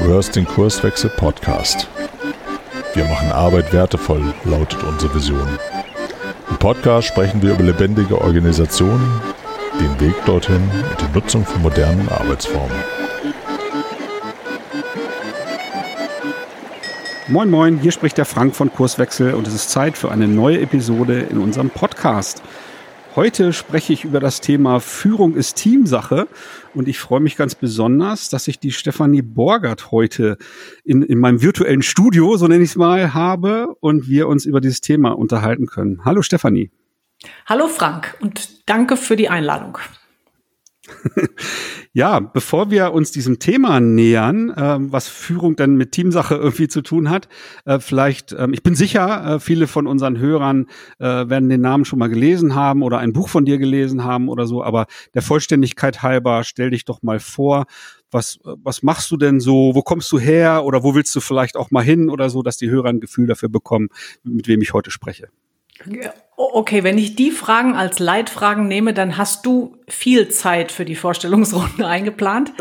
hörst den Kurswechsel-Podcast. Wir machen Arbeit wertevoll, lautet unsere Vision. Im Podcast sprechen wir über lebendige Organisationen, den Weg dorthin und die Nutzung von modernen Arbeitsformen. Moin Moin, hier spricht der Frank von Kurswechsel und es ist Zeit für eine neue Episode in unserem Podcast. Heute spreche ich über das Thema Führung ist Teamsache und ich freue mich ganz besonders, dass ich die Stefanie Borgert heute in meinem virtuellen Studio, so nenne ich es mal, habe und wir uns über dieses Thema unterhalten können. Hallo Stefanie. Hallo Frank und danke für die Einladung. Ja, bevor wir uns diesem Thema nähern, was Führung denn mit Teamsache irgendwie zu tun hat, ich bin sicher, viele von unseren Hörern werden den Namen schon mal gelesen haben oder ein Buch von dir gelesen haben oder so, aber der Vollständigkeit halber, stell dich doch mal vor, was machst du denn so, wo kommst du her oder wo willst du vielleicht auch mal hin oder so, dass die Hörer ein Gefühl dafür bekommen, mit wem ich heute spreche. Okay, wenn ich die Fragen als Leitfragen nehme, dann hast du viel Zeit für die Vorstellungsrunde eingeplant.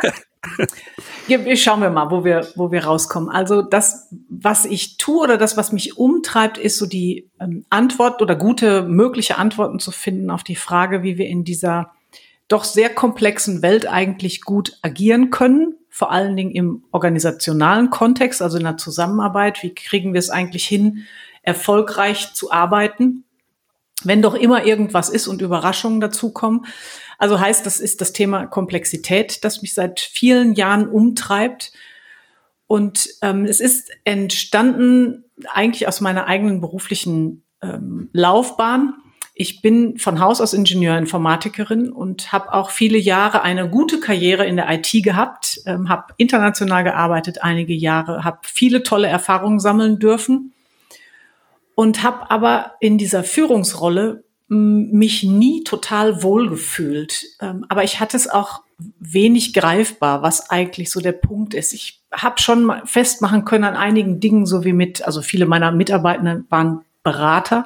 Schauen wir mal, wo wir rauskommen. Also das, was ich tue oder das, was mich umtreibt, ist so die Antwort oder gute mögliche Antworten zu finden auf die Frage, wie wir in dieser doch sehr komplexen Welt eigentlich gut agieren können. Vor allen Dingen im organisationalen Kontext, also in der Zusammenarbeit. Wie kriegen wir es eigentlich hin, erfolgreich zu arbeiten, wenn doch immer irgendwas ist und Überraschungen dazukommen. Also heißt, das ist das Thema Komplexität, das mich seit vielen Jahren umtreibt. Und es ist entstanden eigentlich aus meiner eigenen beruflichen Laufbahn. Ich bin von Haus aus Ingenieurinformatikerin und habe auch viele Jahre eine gute Karriere in der IT gehabt, habe international gearbeitet einige Jahre, habe viele tolle Erfahrungen sammeln dürfen. Und habe aber in dieser Führungsrolle mich nie total wohlgefühlt. Aber ich hatte es auch wenig greifbar, was eigentlich so der Punkt ist. Ich habe schon mal festmachen können an einigen Dingen, also viele meiner Mitarbeitenden waren Berater,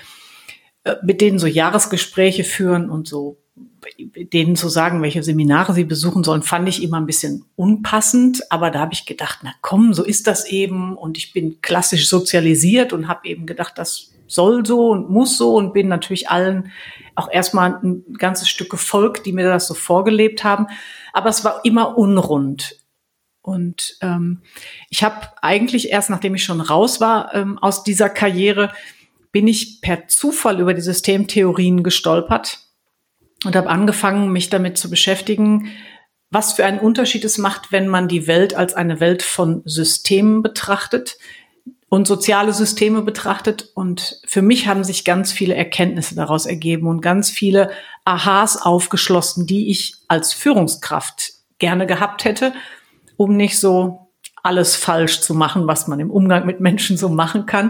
mit denen so Jahresgespräche führen und so denen zu sagen, welche Seminare sie besuchen sollen, fand ich immer ein bisschen unpassend. Aber da habe ich gedacht, na komm, so ist das eben. Und ich bin klassisch sozialisiert und habe eben gedacht, das soll so und muss so und bin natürlich allen auch erstmal ein ganzes Stück gefolgt, die mir das so vorgelebt haben. Aber es war immer unrund. Und ich habe eigentlich erst, nachdem ich schon raus war aus dieser Karriere, bin ich per Zufall über die Systemtheorien gestolpert und habe angefangen, mich damit zu beschäftigen, was für einen Unterschied es macht, wenn man die Welt als eine Welt von Systemen betrachtet und soziale Systeme betrachtet. Und für mich haben sich ganz viele Erkenntnisse daraus ergeben und ganz viele Aha's aufgeschlossen, die ich als Führungskraft gerne gehabt hätte, um nicht so alles falsch zu machen, was man im Umgang mit Menschen so machen kann.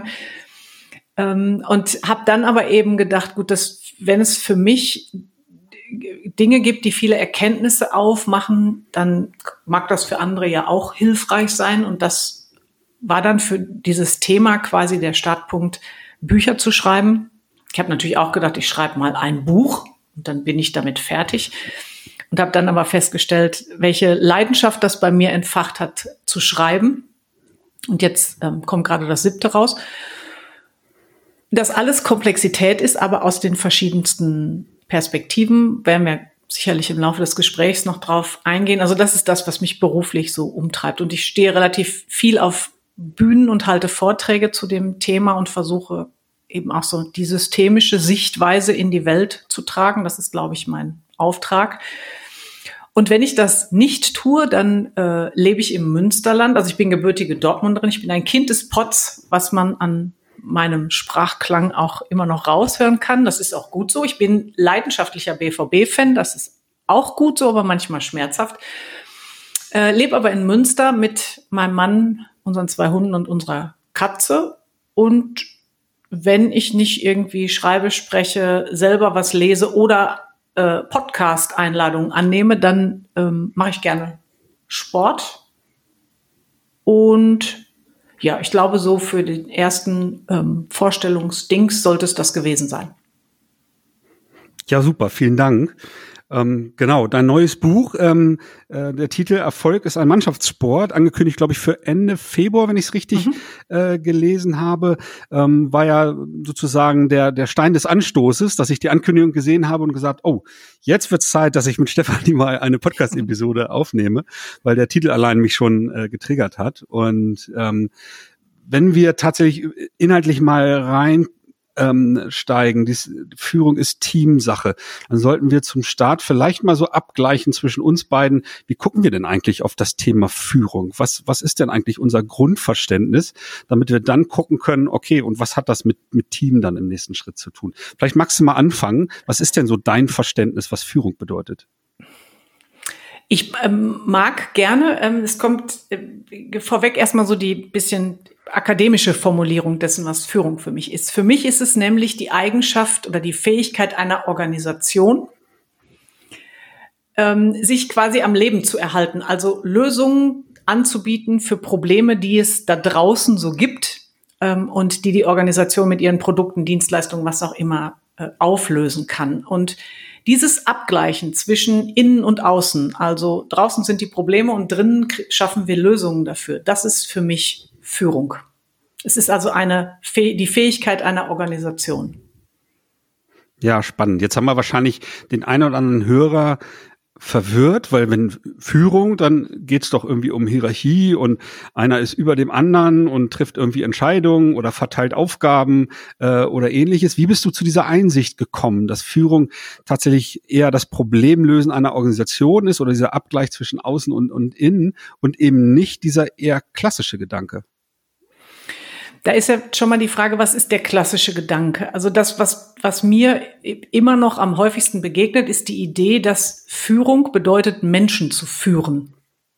Und habe dann aber eben gedacht, gut, wenn es für mich Dinge gibt, die viele Erkenntnisse aufmachen, dann mag das für andere ja auch hilfreich sein. Und das war dann für dieses Thema quasi der Startpunkt, Bücher zu schreiben. Ich habe natürlich auch gedacht, ich schreibe mal ein Buch und dann bin ich damit fertig. Und habe dann aber festgestellt, welche Leidenschaft das bei mir entfacht hat, zu schreiben. Und jetzt kommt gerade das 7. raus. Das alles Komplexität ist, aber aus den verschiedensten Perspektiven, werden wir sicherlich im Laufe des Gesprächs noch drauf eingehen. Also das ist das, was mich beruflich so umtreibt. Und ich stehe relativ viel auf Bühnen und halte Vorträge zu dem Thema und versuche eben auch so die systemische Sichtweise in die Welt zu tragen. Das ist, glaube ich, mein Auftrag. Und wenn ich das nicht tue, dann lebe ich im Münsterland. Also ich bin gebürtige Dortmunderin. Ich bin ein Kind des Potts, was man an meinem Sprachklang auch immer noch raushören kann. Das ist auch gut so. Ich bin leidenschaftlicher BVB-Fan. Das ist auch gut so, aber manchmal schmerzhaft. Lebe aber in Münster mit meinem Mann, unseren 2 Hunden und unserer Katze. Und wenn ich nicht irgendwie schreibe, spreche, selber was lese oder Podcast-Einladungen annehme, dann mache ich gerne Sport. Und ja, ich glaube, so für den ersten Vorstellungsdings sollte es das gewesen sein. Ja, super, vielen Dank. Genau, dein neues Buch, der Titel Erfolg ist ein Mannschaftssport, angekündigt, glaube ich, für Ende Februar, wenn ich es richtig gelesen habe, war ja sozusagen der Stein des Anstoßes, dass ich die Ankündigung gesehen habe und gesagt, oh, jetzt wird's Zeit, dass ich mit Stefanie mal eine Podcast-Episode aufnehme, weil der Titel allein mich schon getriggert hat. Und wenn wir tatsächlich inhaltlich mal rein steigen. Die Führung ist Teamsache. Dann sollten wir zum Start vielleicht mal so abgleichen zwischen uns beiden. Wie gucken wir denn eigentlich auf das Thema Führung? Was ist denn eigentlich unser Grundverständnis, damit wir dann gucken können, okay, und was hat das mit Team dann im nächsten Schritt zu tun? Vielleicht magst du mal anfangen. Was ist denn so dein Verständnis, was Führung bedeutet? Ich mag gerne, es kommt vorweg erstmal so die bisschen akademische Formulierung dessen, was Führung für mich ist. Für mich ist es nämlich die Eigenschaft oder die Fähigkeit einer Organisation, sich quasi am Leben zu erhalten, also Lösungen anzubieten für Probleme, die es da draußen so gibt und die Organisation mit ihren Produkten, Dienstleistungen, was auch immer auflösen kann. Und dieses Abgleichen zwischen innen und außen, also draußen sind die Probleme und drinnen schaffen wir Lösungen dafür, das ist für mich Führung. Es ist also die Fähigkeit einer Organisation. Ja, spannend. Jetzt haben wir wahrscheinlich den einen oder anderen Hörer verwirrt, weil wenn Führung, dann geht's doch irgendwie um Hierarchie und einer ist über dem anderen und trifft irgendwie Entscheidungen oder verteilt Aufgaben oder ähnliches. Wie bist du zu dieser Einsicht gekommen, dass Führung tatsächlich eher das Problemlösen einer Organisation ist oder dieser Abgleich zwischen Außen und Innen und eben nicht dieser eher klassische Gedanke? Da ist ja schon mal die Frage, was ist der klassische Gedanke? Also das, was mir immer noch am häufigsten begegnet, ist die Idee, dass Führung bedeutet, Menschen zu führen.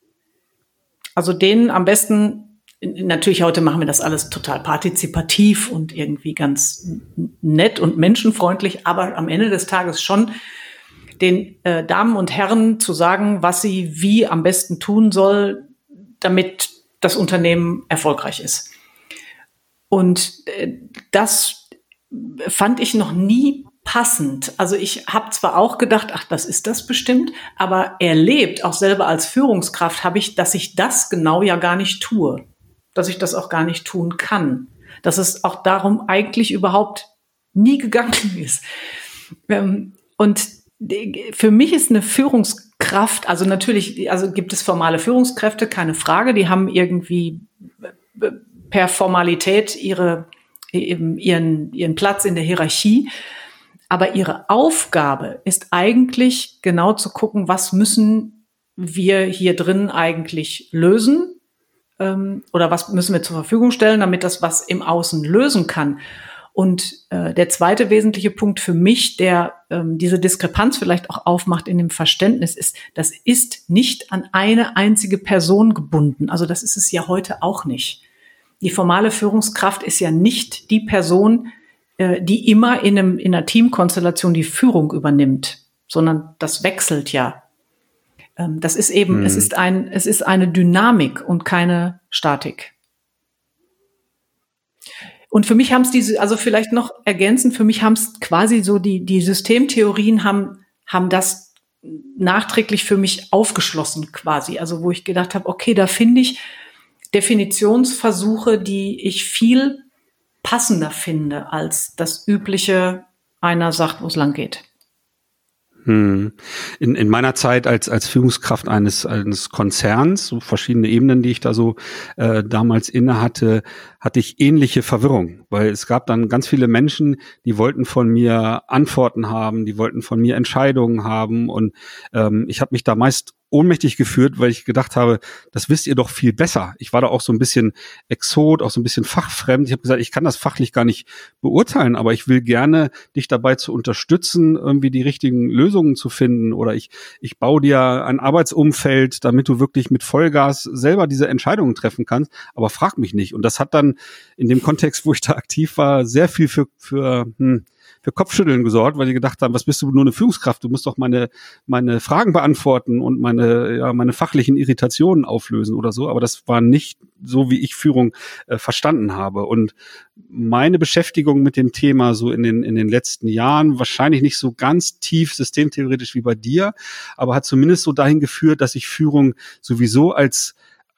Also denen am besten, natürlich heute machen wir das alles total partizipativ und irgendwie ganz nett und menschenfreundlich, aber am Ende des Tages schon den Damen und Herren zu sagen, was sie wie am besten tun soll, damit das Unternehmen erfolgreich ist. Und das fand ich noch nie passend. Also ich habe zwar auch gedacht, ach, das ist das bestimmt, aber erlebt, auch selber als Führungskraft, habe ich, dass ich das genau ja gar nicht tue. Dass ich das auch gar nicht tun kann. Dass es auch darum eigentlich überhaupt nie gegangen ist. Und für mich ist eine Führungskraft, also natürlich, also gibt es formale Führungskräfte, keine Frage, die haben irgendwie per Formalität ihren Platz in der Hierarchie. Aber ihre Aufgabe ist eigentlich genau zu gucken, was müssen wir hier drin eigentlich lösen oder was müssen wir zur Verfügung stellen, damit das was im Außen lösen kann. Und der zweite wesentliche Punkt für mich, der diese Diskrepanz vielleicht auch aufmacht in dem Verständnis, ist, das ist nicht an eine einzige Person gebunden. Also das ist es ja heute auch nicht. Die formale Führungskraft ist ja nicht die Person, die immer in einer Teamkonstellation die Führung übernimmt, sondern das wechselt ja. Das ist eben, es ist eine Dynamik und keine Statik. Und für mich haben es also vielleicht noch ergänzend, für mich haben es quasi so die Systemtheorien haben das nachträglich für mich aufgeschlossen quasi. Also wo ich gedacht habe, okay, da finde ich Definitionsversuche, die ich viel passender finde als das übliche, einer sagt, wo es lang geht. In meiner Zeit als Führungskraft eines Konzerns, so verschiedene Ebenen, die ich da so damals inne hatte ich ähnliche Verwirrung, weil es gab dann ganz viele Menschen, die wollten von mir Antworten haben, die wollten von mir Entscheidungen haben und ich habe mich da meist ohnmächtig geführt, weil ich gedacht habe, das wisst ihr doch viel besser. Ich war da auch so ein bisschen Exot, auch so ein bisschen fachfremd. Ich habe gesagt, ich kann das fachlich gar nicht beurteilen, aber ich will gerne dich dabei zu unterstützen, irgendwie die richtigen Lösungen zu finden oder ich baue dir ein Arbeitsumfeld, damit du wirklich mit Vollgas selber diese Entscheidungen treffen kannst, aber frag mich nicht. Und das hat dann in dem Kontext, wo ich da aktiv war, sehr viel für für Kopfschütteln gesorgt, weil die gedacht haben, was bist du nur eine Führungskraft? Du musst doch meine Fragen beantworten und meine fachlichen Irritationen auflösen oder so. Aber das war nicht so, wie ich Führung verstanden habe. Und meine Beschäftigung mit dem Thema so in den letzten Jahren, wahrscheinlich nicht so ganz tief systemtheoretisch wie bei dir, aber hat zumindest so dahin geführt, dass ich Führung sowieso als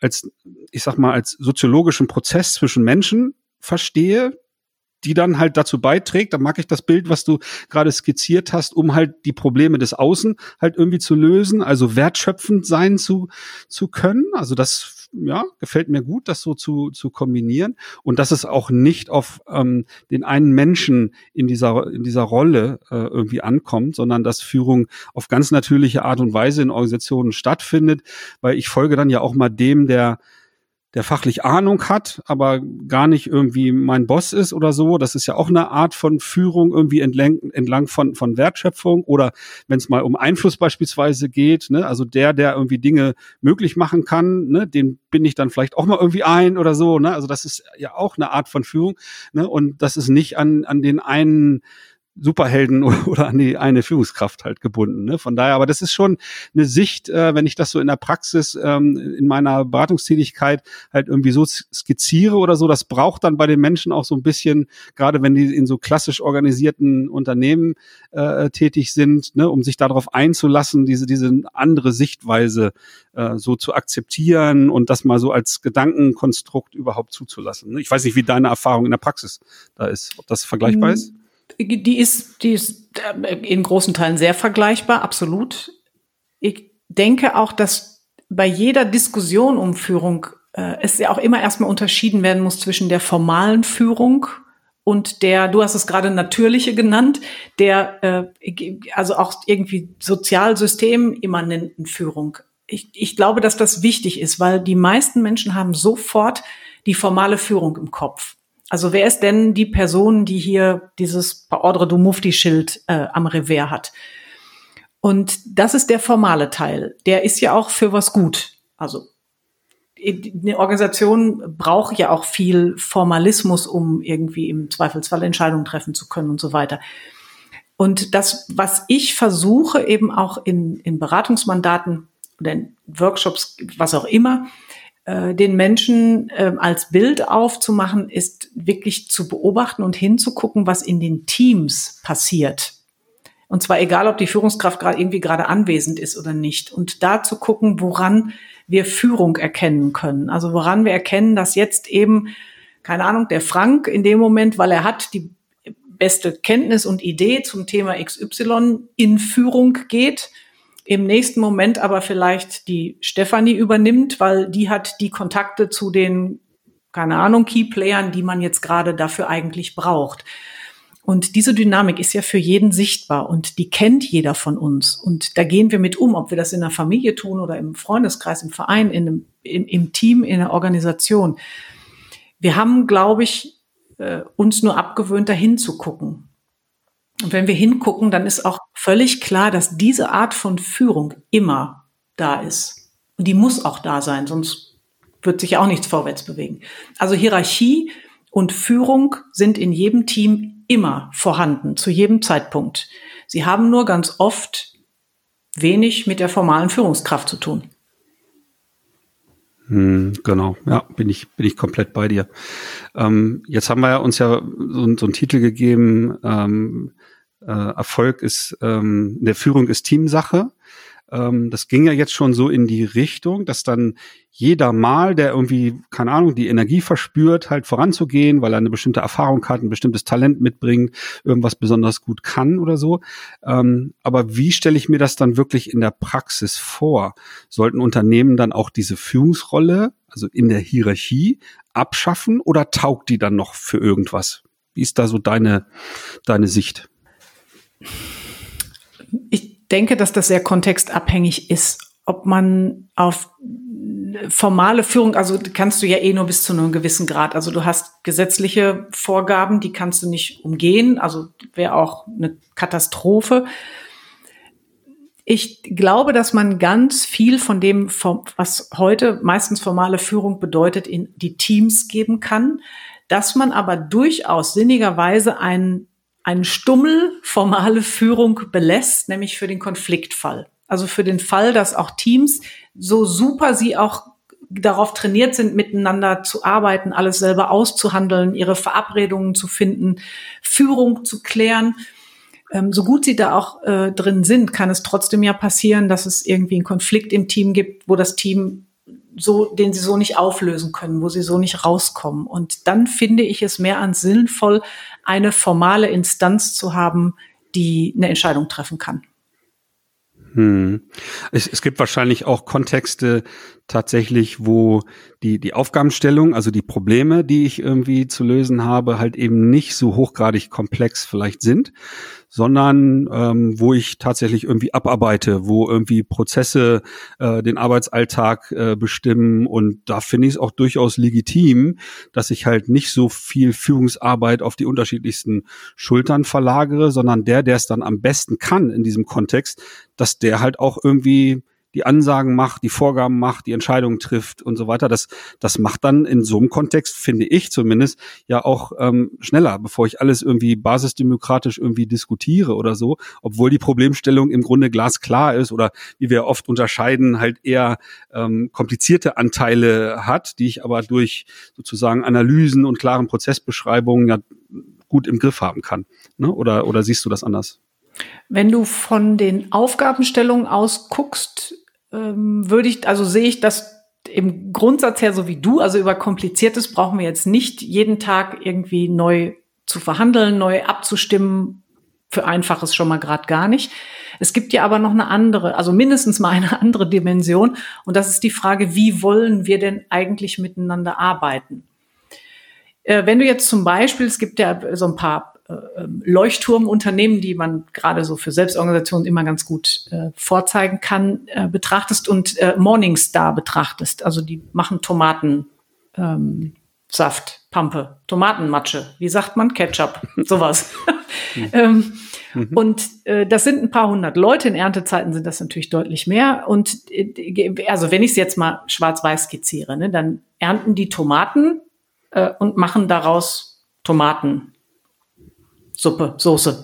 ich sag mal, als soziologischen Prozess zwischen Menschen verstehe, die dann halt dazu beiträgt, da mag ich das Bild, was du gerade skizziert hast, um halt die Probleme des Außen halt irgendwie zu lösen, also wertschöpfend sein zu können. Also das, ja, gefällt mir gut, das so zu kombinieren und dass es auch nicht auf den einen Menschen in dieser Rolle irgendwie ankommt, sondern dass Führung auf ganz natürliche Art und Weise in Organisationen stattfindet, weil ich folge dann ja auch mal dem, der fachlich Ahnung hat, aber gar nicht irgendwie mein Boss ist oder so. Das ist ja auch eine Art von Führung irgendwie entlang von Wertschöpfung oder wenn es mal um Einfluss beispielsweise geht, ne, also der irgendwie Dinge möglich machen kann, ne, den bin ich dann vielleicht auch mal irgendwie ein oder so, ne, also das ist ja auch eine Art von Führung, ne, und das ist nicht an den einen Superhelden oder an die eine Führungskraft halt gebunden. Ne? Von daher, aber das ist schon eine Sicht, wenn ich das so in der Praxis in meiner Beratungstätigkeit halt irgendwie so skizziere oder so, das braucht dann bei den Menschen auch so ein bisschen, gerade wenn die in so klassisch organisierten Unternehmen tätig sind, ne, um sich darauf einzulassen, diese andere Sichtweise so zu akzeptieren und das mal so als Gedankenkonstrukt überhaupt zuzulassen. Ne? Ich weiß nicht, wie deine Erfahrung in der Praxis da ist, ob das vergleichbar ist? Die ist in großen Teilen sehr vergleichbar, absolut. Ich denke auch, dass bei jeder Diskussion um Führung es ja auch immer erstmal unterschieden werden muss zwischen der formalen Führung und der, du hast es gerade natürliche genannt, der also auch irgendwie sozialsystemimmanenten Führung. Ich glaube, dass das wichtig ist, weil die meisten Menschen haben sofort die formale Führung im Kopf. Also wer ist denn die Person, die hier dieses Par Ordre du Mufti-Schild am Revers hat? Und das ist der formale Teil. Der ist ja auch für was gut. Also eine Organisation braucht ja auch viel Formalismus, um irgendwie im Zweifelsfall Entscheidungen treffen zu können und so weiter. Und das, was ich versuche, eben auch in Beratungsmandaten oder in Workshops, was auch immer, den Menschen als Bild aufzumachen, ist wirklich zu beobachten und hinzugucken, was in den Teams passiert. Und zwar egal, ob die Führungskraft gerade anwesend ist oder nicht. Und da zu gucken, woran wir Führung erkennen können. Also woran wir erkennen, dass jetzt eben, keine Ahnung, der Frank in dem Moment, weil er hat die beste Kenntnis und Idee zum Thema XY in Führung geht, im nächsten Moment aber vielleicht die Stefanie übernimmt, weil die hat die Kontakte zu den, keine Ahnung, Key-Playern, die man jetzt gerade dafür eigentlich braucht. Und diese Dynamik ist ja für jeden sichtbar und die kennt jeder von uns. Und da gehen wir mit um, ob wir das in der Familie tun oder im Freundeskreis, im Verein, im Team, in der Organisation. Wir haben, glaube ich, uns nur abgewöhnt, dahin zu gucken. Und wenn wir hingucken, dann ist auch völlig klar, dass diese Art von Führung immer da ist. Und die muss auch da sein, sonst wird sich ja auch nichts vorwärts bewegen. Also Hierarchie und Führung sind in jedem Team immer vorhanden, zu jedem Zeitpunkt. Sie haben nur ganz oft wenig mit der formalen Führungskraft zu tun. Genau, ja, bin ich komplett bei dir. Jetzt haben wir ja uns ja so einen Titel gegeben, Erfolg ist, der Führung ist Teamsache. Das ging ja jetzt schon so in die Richtung, dass dann jeder mal, der irgendwie, keine Ahnung, die Energie verspürt, halt voranzugehen, weil er eine bestimmte Erfahrung hat, ein bestimmtes Talent mitbringt, irgendwas besonders gut kann oder so. Aber wie stelle ich mir das dann wirklich in der Praxis vor? Sollten Unternehmen dann auch diese Führungsrolle, also in der Hierarchie, abschaffen oder taugt die dann noch für irgendwas? Wie ist da so deine Sicht? Ich denke, dass das sehr kontextabhängig ist, ob man auf formale Führung, also kannst du ja nur bis zu einem gewissen Grad. Also du hast gesetzliche Vorgaben, die kannst du nicht umgehen, also wäre auch eine Katastrophe. Ich glaube, dass man ganz viel von dem, was heute meistens formale Führung bedeutet, in die Teams geben kann, dass man aber durchaus sinnigerweise einen einen Stummel formale Führung belässt, nämlich für den Konfliktfall. Also für den Fall, dass auch Teams, so super sie auch darauf trainiert sind, miteinander zu arbeiten, alles selber auszuhandeln, ihre Verabredungen zu finden, Führung zu klären. So gut sie da auch drin sind, kann es trotzdem ja passieren, dass es irgendwie einen Konflikt im Team gibt, wo das Team den sie so nicht auflösen können, wo sie so nicht rauskommen. Und dann finde ich es mehr als sinnvoll, eine formale Instanz zu haben, die eine Entscheidung treffen kann. Es gibt wahrscheinlich auch Kontexte tatsächlich, wo die Aufgabenstellung, also die Probleme, die ich irgendwie zu lösen habe, halt eben nicht so hochgradig komplex vielleicht sind, sondern wo ich tatsächlich irgendwie abarbeite, wo irgendwie Prozesse den Arbeitsalltag bestimmen. Und da finde ich es auch durchaus legitim, dass ich halt nicht so viel Führungsarbeit auf die unterschiedlichsten Schultern verlagere, sondern der es dann am besten kann in diesem Kontext, dass der halt auch irgendwie die Ansagen macht, die Vorgaben macht, die Entscheidungen trifft und so weiter. Das macht dann in so einem Kontext, finde ich zumindest, ja auch schneller, bevor ich alles irgendwie basisdemokratisch irgendwie diskutiere oder so, obwohl die Problemstellung im Grunde glasklar ist oder, wie wir oft unterscheiden, halt eher komplizierte Anteile hat, die ich aber durch sozusagen Analysen und klaren Prozessbeschreibungen ja gut im Griff haben kann. Ne? Oder siehst du das anders? Wenn du von den Aufgabenstellungen aus guckst, sehe ich das im Grundsatz her so wie du. Also über Kompliziertes brauchen wir jetzt nicht jeden Tag irgendwie neu zu verhandeln, neu abzustimmen. Für Einfaches schon mal gerade gar nicht. Es gibt ja aber noch eine andere, also mindestens mal eine andere Dimension. Und das ist die Frage, wie wollen wir denn eigentlich miteinander arbeiten? Wenn du jetzt zum Beispiel, es gibt ja so ein paar Leuchtturmunternehmen, die man gerade so für Selbstorganisationen immer ganz gut vorzeigen kann, betrachtest und Morningstar betrachtest. Also die machen Tomatensaft, Pampe, Tomatenmatsche, wie sagt man? Ketchup, sowas. Und das sind ein paar hundert Leute. In Erntezeiten sind das natürlich deutlich mehr. Und also wenn ich es jetzt mal schwarz-weiß skizziere, ne, dann ernten die Tomaten und machen daraus Tomatensuppe, Soße.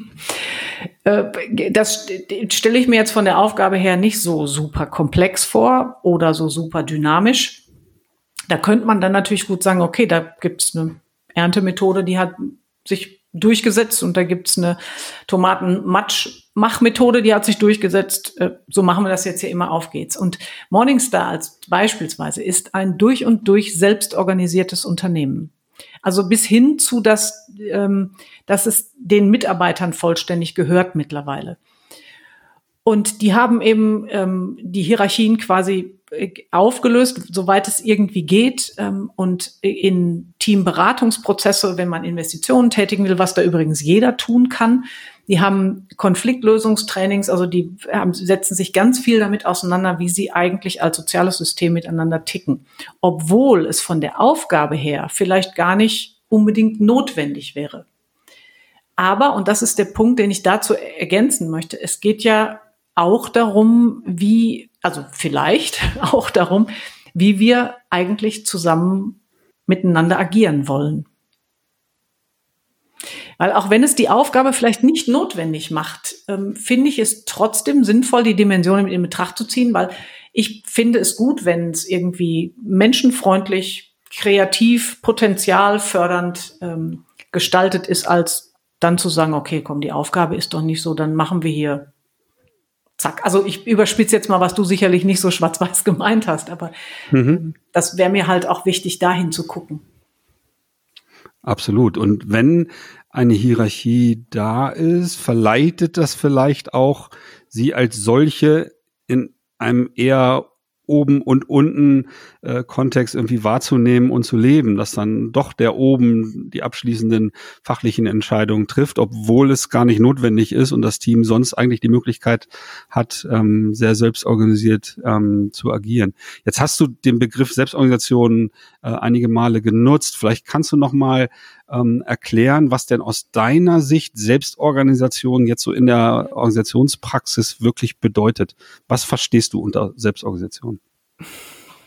Das stelle ich mir jetzt von der Aufgabe her nicht so super komplex vor oder so super dynamisch. Da könnte man dann natürlich gut sagen, okay, da gibt es eine Erntemethode, die hat sich durchgesetzt und da gibt es eine Tomatenmatsch-Machmethode, die hat sich durchgesetzt. So machen wir das jetzt hier immer, auf geht's. Und Morningstar als beispielsweise ist ein durch und durch selbstorganisiertes Unternehmen. Also bis hin zu, dass es den Mitarbeitern vollständig gehört mittlerweile. Und die haben eben die Hierarchien quasi aufgelöst, soweit es irgendwie geht, und in Teamberatungsprozesse, wenn man Investitionen tätigen will, was da übrigens jeder tun kann. Die haben Konfliktlösungstrainings, also die setzen sich ganz viel damit auseinander, wie sie eigentlich als soziales System miteinander ticken. Obwohl es von der Aufgabe her vielleicht gar nicht unbedingt notwendig wäre. Aber, und das ist der Punkt, den ich dazu ergänzen möchte, es geht ja auch darum, wie wir eigentlich zusammen miteinander agieren wollen. Weil auch wenn es die Aufgabe vielleicht nicht notwendig macht, finde ich es trotzdem sinnvoll, die Dimensionen in Betracht zu ziehen, weil ich finde es gut, wenn es irgendwie menschenfreundlich, kreativ, potenzialfördernd gestaltet ist, als dann zu sagen, okay, komm, die Aufgabe ist doch nicht so, dann machen wir hier zack. Also ich überspitze jetzt mal, was du sicherlich nicht so schwarz-weiß gemeint hast, aber das wäre mir halt auch wichtig, dahin zu gucken. Absolut. Und wenn eine Hierarchie da ist, verleitet das vielleicht auch sie als solche in einem eher oben und unten Kontext irgendwie wahrzunehmen und zu leben, dass dann doch der oben die abschließenden fachlichen Entscheidungen trifft, obwohl es gar nicht notwendig ist und das Team sonst eigentlich die Möglichkeit hat, sehr selbstorganisiert zu agieren. Jetzt hast du den Begriff Selbstorganisation einige Male genutzt. Vielleicht kannst du noch mal erklären, was denn aus deiner Sicht Selbstorganisation jetzt so in der Organisationspraxis wirklich bedeutet. Was verstehst du unter Selbstorganisation?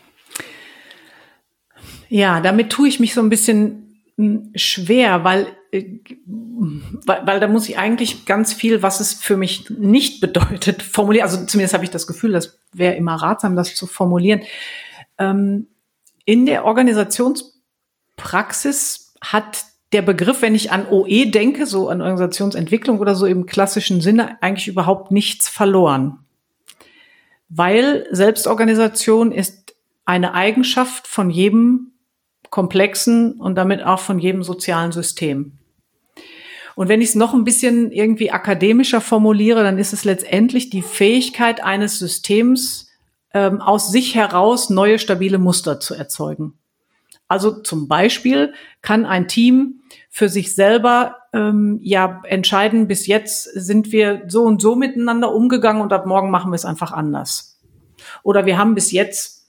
Ja, damit tue ich mich so ein bisschen schwer, weil weil da muss ich eigentlich ganz viel, was es für mich nicht bedeutet, formulieren. Also zumindest habe ich das Gefühl, das wäre immer ratsam, das zu formulieren. In der Organisationspraxis hat der Begriff, wenn ich an OE denke, so an Organisationsentwicklung oder so im klassischen Sinne, eigentlich überhaupt nichts verloren. Weil Selbstorganisation ist eine Eigenschaft von jedem komplexen und damit auch von jedem sozialen System. Und wenn ich es noch ein bisschen irgendwie akademischer formuliere, dann ist es letztendlich die Fähigkeit eines Systems, aus sich heraus neue stabile Muster zu erzeugen. Also zum Beispiel kann ein Team für sich selber entscheiden, bis jetzt sind wir so und so miteinander umgegangen und ab morgen machen wir es einfach anders. Oder wir haben bis jetzt,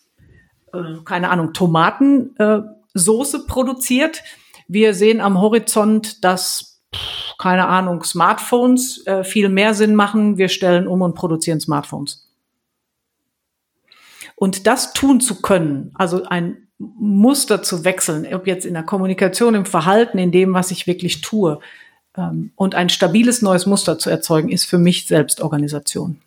Tomatensoße produziert. Wir sehen am Horizont, dass, Smartphones viel mehr Sinn machen. Wir stellen um und produzieren Smartphones. Und das tun zu können, also ein Muster zu wechseln, ob jetzt in der Kommunikation, im Verhalten, in dem, was ich wirklich tue, und ein stabiles neues Muster zu erzeugen, ist für mich Selbstorganisation.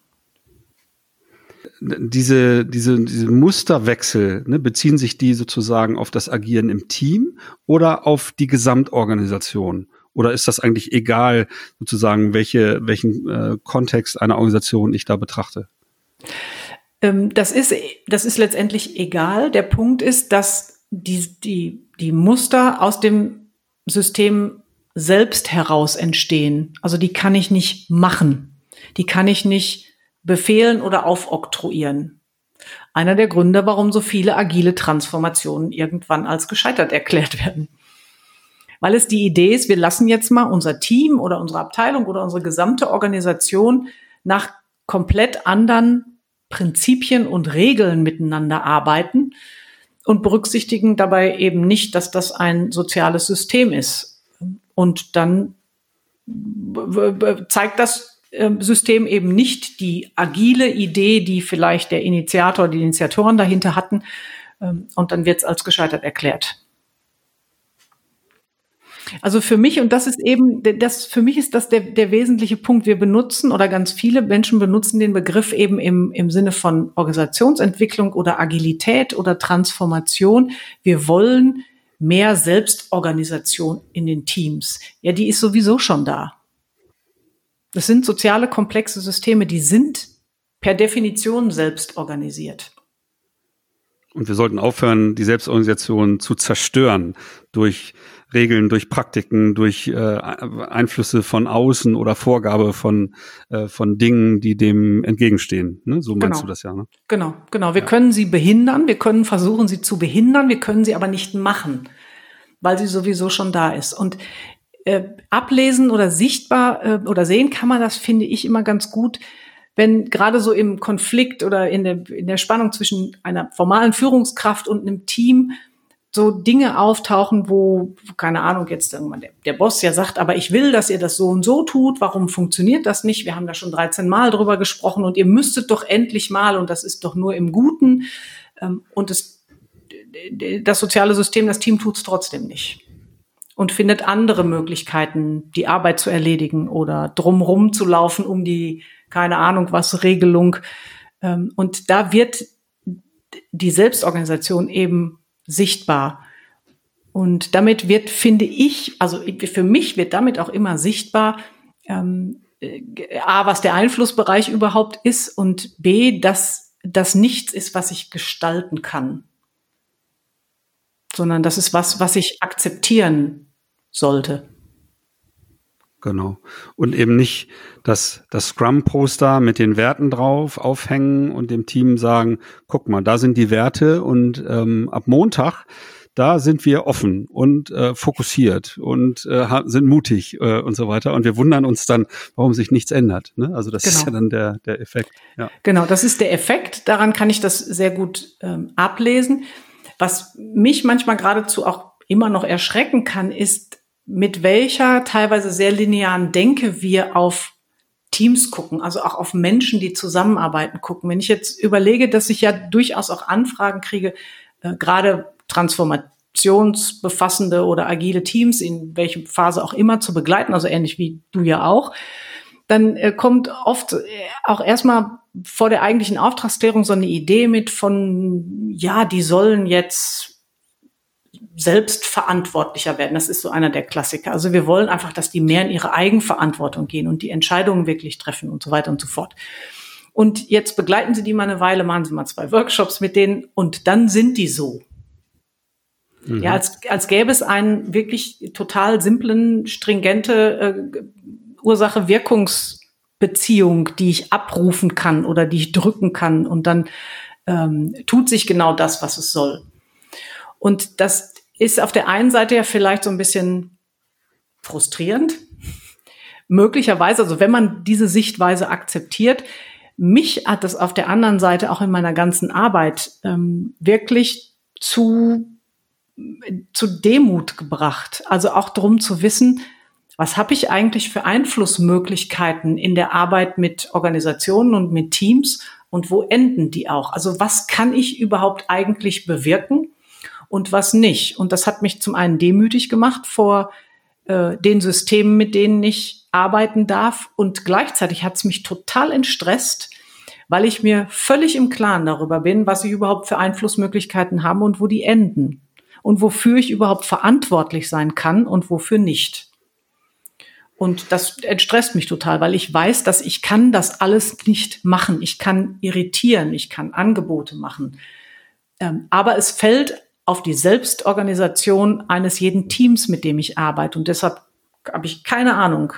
Diese Musterwechsel, ne, beziehen sich die sozusagen auf das Agieren im Team oder auf die Gesamtorganisation? Oder ist das eigentlich egal, sozusagen, welchen Kontext einer Organisation ich da betrachte? Das ist letztendlich egal. Der Punkt ist, dass die Muster aus dem System selbst heraus entstehen. Also die kann ich nicht machen. Die kann ich nicht befehlen oder aufoktroyieren. Einer der Gründe, warum so viele agile Transformationen irgendwann als gescheitert erklärt werden. Weil es die Idee ist, wir lassen jetzt mal unser Team oder unsere Abteilung oder unsere gesamte Organisation nach komplett anderen Prinzipien und Regeln miteinander arbeiten und berücksichtigen dabei eben nicht, dass das ein soziales System ist. Und dann zeigt das System eben nicht die agile Idee, die vielleicht der Initiator, die Initiatoren dahinter hatten, und dann wird es als gescheitert erklärt. Also für mich, und das ist eben, für mich ist das der wesentliche Punkt. Wir benutzen, oder ganz viele Menschen benutzen den Begriff eben im Sinne von Organisationsentwicklung oder Agilität oder Transformation. Wir wollen mehr Selbstorganisation in den Teams. Ja, die ist sowieso schon da. Das sind soziale, komplexe Systeme, die sind per Definition selbst organisiert. Und wir sollten aufhören, die Selbstorganisation zu zerstören durch Regeln, durch Praktiken, durch Einflüsse von außen oder Vorgabe von Dingen, die dem entgegenstehen. Ne? So meinst du das ja, ne? Genau. Wir können sie behindern, wir können versuchen, sie zu behindern, wir können sie aber nicht machen, weil sie sowieso schon da ist. Und ablesen oder sichtbar oder sehen kann man das, finde ich, immer ganz gut, wenn gerade so im Konflikt oder in der Spannung zwischen einer formalen Führungskraft und einem Team so Dinge auftauchen, wo, keine Ahnung, jetzt irgendwann der Boss ja sagt, aber ich will, dass ihr das so und so tut, warum funktioniert das nicht? Wir haben da schon 13 Mal drüber gesprochen und ihr müsstet doch endlich mal, und das ist doch nur im Guten, und das soziale System, das Team tut's trotzdem nicht und findet andere Möglichkeiten, die Arbeit zu erledigen oder drumrum zu laufen um die, keine Ahnung was, Regelung, und da wird die Selbstorganisation eben sichtbar. Und damit wird, finde ich, also für mich wird damit auch immer sichtbar, A, was der Einflussbereich überhaupt ist, und B, dass das nichts ist, was ich gestalten kann, sondern das ist was ich akzeptieren sollte. Genau. Und eben nicht das Scrum-Poster mit den Werten drauf aufhängen und dem Team sagen, guck mal, da sind die Werte und ab Montag, da sind wir offen und fokussiert und sind mutig und so weiter. Und wir wundern uns dann, warum sich nichts ändert. Ne? Also das ist ja dann der Effekt. Ja. Genau, das ist der Effekt. Daran kann ich das sehr gut ablesen. Was mich manchmal geradezu auch immer noch erschrecken kann, ist, mit welcher teilweise sehr linearen Denke wir auf Teams gucken, also auch auf Menschen, die zusammenarbeiten, gucken. Wenn ich jetzt überlege, dass ich ja durchaus auch Anfragen kriege, gerade transformationsbefassende oder agile Teams, in welche Phase auch immer, zu begleiten, also ähnlich wie du ja auch, dann kommt oft auch erstmal vor der eigentlichen Auftragsklärung so eine Idee mit von, ja, die sollen jetzt selbst verantwortlicher werden. Das ist so einer der Klassiker. Also wir wollen einfach, dass die mehr in ihre Eigenverantwortung gehen und die Entscheidungen wirklich treffen und so weiter und so fort. Und jetzt begleiten Sie die mal eine Weile, machen Sie mal 2 Workshops mit denen und dann sind die so. Mhm. Ja, als gäbe es einen wirklich total simplen, stringente Ursache-Wirkungsbeziehung, die ich abrufen kann oder die ich drücken kann und dann tut sich genau das, was es soll. Und das ist auf der einen Seite ja vielleicht so ein bisschen frustrierend. Möglicherweise, also wenn man diese Sichtweise akzeptiert, mich hat das auf der anderen Seite auch in meiner ganzen Arbeit wirklich zu Demut gebracht. Also auch darum zu wissen, was habe ich eigentlich für Einflussmöglichkeiten in der Arbeit mit Organisationen und mit Teams und wo enden die auch? Also was kann ich überhaupt eigentlich bewirken und was nicht? Und das hat mich zum einen demütig gemacht vor den Systemen, mit denen ich arbeiten darf. Und gleichzeitig hat es mich total entstresst, weil ich mir völlig im Klaren darüber bin, was ich überhaupt für Einflussmöglichkeiten habe und wo die enden. Und wofür ich überhaupt verantwortlich sein kann und wofür nicht. Und das entstresst mich total, weil ich weiß, dass ich kann das alles nicht machen. Ich kann irritieren, ich kann Angebote machen. Aber es fällt auf die Selbstorganisation eines jeden Teams, mit dem ich arbeite. Und deshalb habe ich keine Ahnung,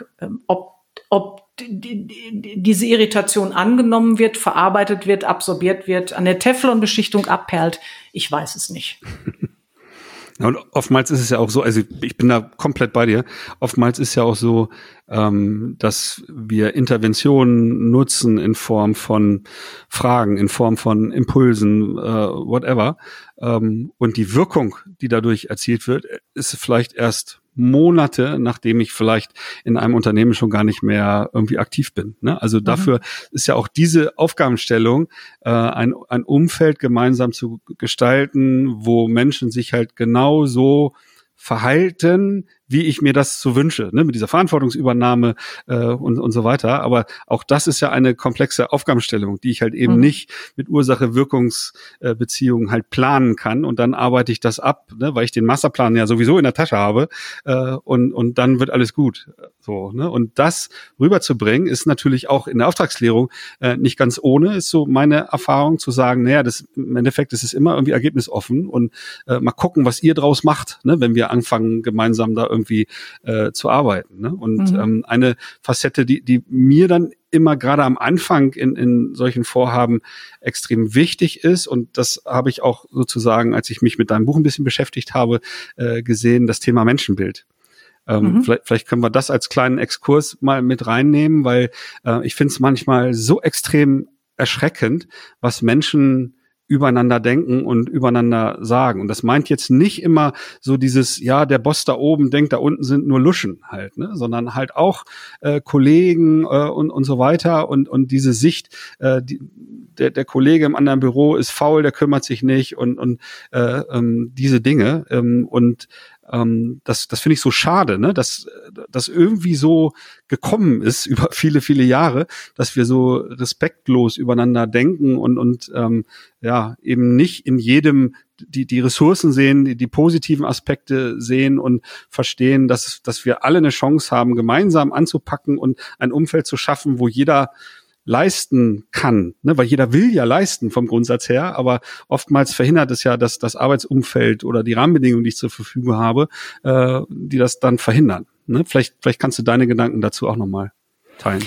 ob diese Irritation angenommen wird, verarbeitet wird, absorbiert wird, an der Teflonbeschichtung abperlt. Ich weiß es nicht. Ja, und oftmals ist es ja auch so, also ich bin da komplett bei dir, oftmals ist ja auch so, dass wir Interventionen nutzen in Form von Fragen, in Form von Impulsen, whatever. Und die Wirkung, die dadurch erzielt wird, ist vielleicht erst Monate, nachdem ich vielleicht in einem Unternehmen schon gar nicht mehr irgendwie aktiv bin. Ne? Also dafür ist ja auch diese Aufgabenstellung, ein Umfeld gemeinsam zu gestalten, wo Menschen sich halt genau so verhalten, wie ich mir das so wünsche, ne, mit dieser Verantwortungsübernahme und so weiter. Aber auch das ist ja eine komplexe Aufgabenstellung, die ich halt eben nicht mit Ursache-Wirkungsbeziehungen halt planen kann. Und dann arbeite ich das ab, ne, weil ich den Masterplan ja sowieso in der Tasche habe und dann wird alles gut. So, ne? Und das rüberzubringen, ist natürlich auch in der Auftragsklärung nicht ganz ohne, ist so meine Erfahrung, zu sagen, naja, das im Endeffekt ist es immer irgendwie ergebnisoffen und mal gucken, was ihr draus macht, ne, wenn wir anfangen, gemeinsam da irgendwie zu arbeiten. Ne? Und eine Facette, die mir dann immer gerade am Anfang in solchen Vorhaben extrem wichtig ist, und das habe ich auch sozusagen, als ich mich mit deinem Buch ein bisschen beschäftigt habe, gesehen, das Thema Menschenbild. Vielleicht können wir das als kleinen Exkurs mal mit reinnehmen, weil ich finde es manchmal so extrem erschreckend, was Menschen übereinander denken und übereinander sagen. Und das meint jetzt nicht immer so dieses, ja, der Boss da oben denkt, da unten sind nur Luschen halt, ne, sondern halt auch Kollegen und so weiter und diese Sicht, der Kollege im anderen Büro ist faul, der kümmert sich nicht und diese Dinge das finde ich so schade, ne, dass das irgendwie so gekommen ist über viele, viele Jahre, dass wir so respektlos übereinander denken und ja, eben nicht in jedem die Ressourcen sehen, die positiven Aspekte sehen und verstehen, dass wir alle eine Chance haben, gemeinsam anzupacken und ein Umfeld zu schaffen, wo jeder leisten kann, ne, weil jeder will ja leisten vom Grundsatz her, aber oftmals verhindert es ja das Arbeitsumfeld oder die Rahmenbedingungen, die ich zur Verfügung habe, die das dann verhindern. Ne? Vielleicht kannst du deine Gedanken dazu auch nochmal teilen.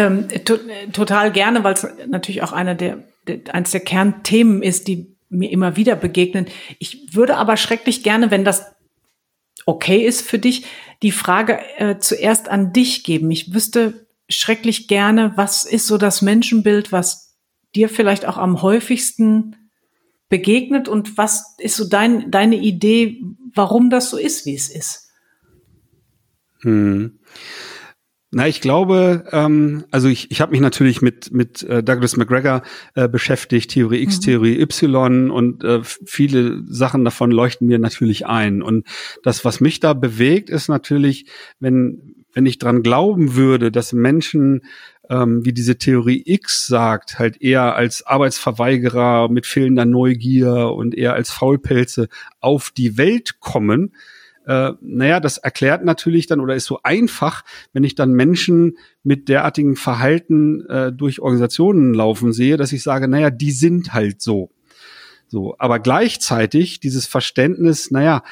Total gerne, weil es natürlich auch eines der Kernthemen ist, die mir immer wieder begegnen. Ich würde aber schrecklich gerne, wenn das okay ist für dich, die Frage zuerst an dich geben. Ich wüsste schrecklich gerne, was ist so das Menschenbild, was dir vielleicht auch am häufigsten begegnet, und was ist so deine Idee, warum das so ist, wie es ist? Ich glaube, also ich habe mich natürlich mit Douglas McGregor beschäftigt, Theorie X, Theorie Y, und viele Sachen davon leuchten mir natürlich ein. Und das, was mich da bewegt, ist natürlich, wenn ich dran glauben würde, dass Menschen, wie diese Theorie X sagt, halt eher als Arbeitsverweigerer mit fehlender Neugier und eher als Faulpelze auf die Welt kommen. Das erklärt natürlich dann oder ist so einfach, wenn ich dann Menschen mit derartigem Verhalten durch Organisationen laufen sehe, dass ich sage, die sind halt so. So, aber gleichzeitig dieses Verständnis,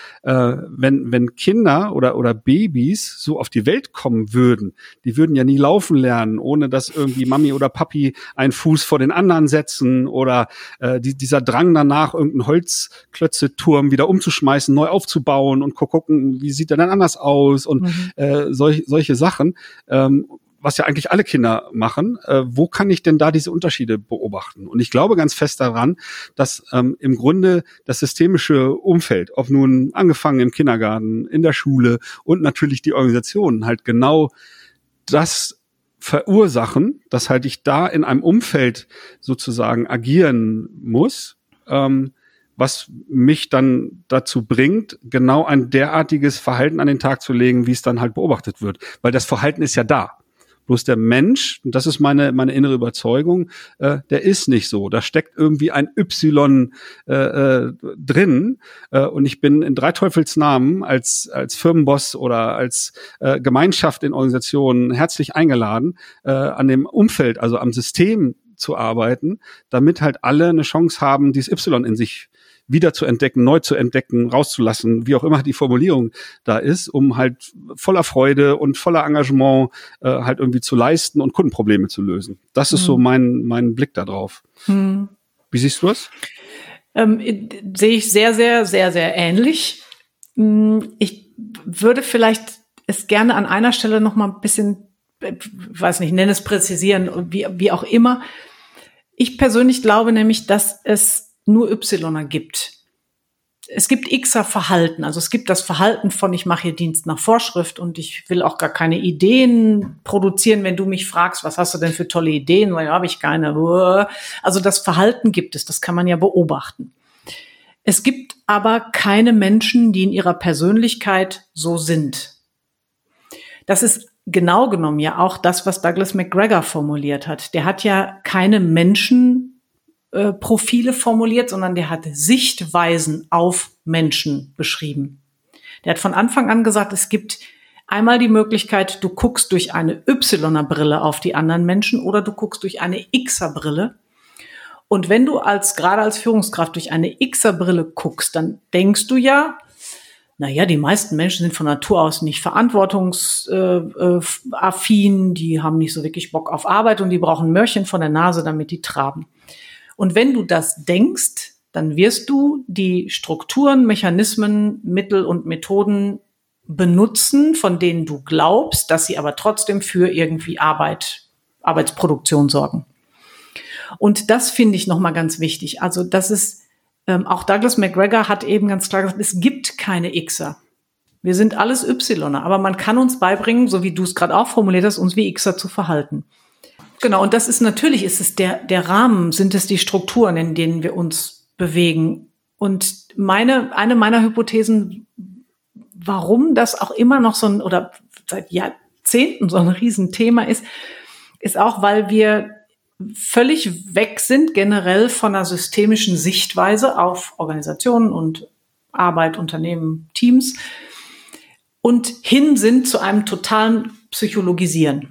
wenn Kinder oder Babys so auf die Welt kommen würden, die würden ja nie laufen lernen, ohne dass irgendwie Mami oder Papi einen Fuß vor den anderen setzen oder dieser Drang danach, irgendeinen Holzklötze-Turm wieder umzuschmeißen, neu aufzubauen und gucken, wie sieht der dann anders aus und solche Sachen. Was ja eigentlich alle Kinder machen, wo kann ich denn da diese Unterschiede beobachten? Und ich glaube ganz fest daran, dass im Grunde das systemische Umfeld, ob nun angefangen im Kindergarten, in der Schule und natürlich die Organisationen halt genau das verursachen, dass halt ich da in einem Umfeld sozusagen agieren muss, was mich dann dazu bringt, genau ein derartiges Verhalten an den Tag zu legen, wie es dann halt beobachtet wird. Weil das Verhalten ist ja da. Bloß der Mensch, und das ist meine innere Überzeugung, der ist nicht so. Da steckt irgendwie ein Y drin. Und ich bin in drei Teufelsnamen als Firmenboss oder als Gemeinschaft in Organisationen herzlich eingeladen, an dem Umfeld, also am System zu arbeiten, damit halt alle eine Chance haben, dieses Y in sich wieder zu entdecken, neu zu entdecken, rauszulassen, wie auch immer die Formulierung da ist, um halt voller Freude und voller Engagement halt irgendwie zu leisten und Kundenprobleme zu lösen. Das ist so mein Blick da drauf. Wie siehst du das? Sehe ich sehr, sehr, sehr, sehr ähnlich. Ich würde vielleicht es gerne an einer Stelle noch mal ein bisschen, weiß nicht, nenne es präzisieren, wie auch immer. Ich persönlich glaube nämlich, dass es nur Ypsiloner gibt. Es gibt Xer Verhalten, also es gibt das Verhalten von, ich mache hier Dienst nach Vorschrift und ich will auch gar keine Ideen produzieren, wenn du mich fragst, was hast du denn für tolle Ideen, weil habe ich keine. Also das Verhalten gibt es, das kann man ja beobachten. Es gibt aber keine Menschen, die in ihrer Persönlichkeit so sind. Das ist genau genommen ja auch das, was Douglas McGregor formuliert hat. Der hat ja keine Profile formuliert, sondern der hat Sichtweisen auf Menschen beschrieben. Der hat von Anfang an gesagt, es gibt einmal die Möglichkeit, du guckst durch eine Y-Brille auf die anderen Menschen oder du guckst durch eine X-Brille. Und wenn du gerade als Führungskraft durch eine X-Brille guckst, dann denkst du ja, die meisten Menschen sind von Natur aus nicht verantwortungsaffin, die haben nicht so wirklich Bock auf Arbeit und die brauchen Mörchen von der Nase, damit die traben. Und wenn du das denkst, dann wirst du die Strukturen, Mechanismen, Mittel und Methoden benutzen, von denen du glaubst, dass sie aber trotzdem für irgendwie Arbeitsproduktion sorgen. Und das finde ich nochmal ganz wichtig. Also das ist, auch Douglas McGregor hat eben ganz klar gesagt, es gibt keine Xer. Wir sind alles Ypsiloner, aber man kann uns beibringen, so wie du es gerade auch formuliert hast, uns wie Xer zu verhalten. Genau, und das ist natürlich, ist es der Rahmen, sind es die Strukturen, in denen wir uns bewegen. Und eine meiner Hypothesen, warum das auch immer noch oder seit Jahrzehnten so ein Riesenthema ist auch, weil wir völlig weg sind generell von einer systemischen Sichtweise auf Organisationen und Arbeit, Unternehmen, Teams und hin sind zu einem totalen Psychologisieren.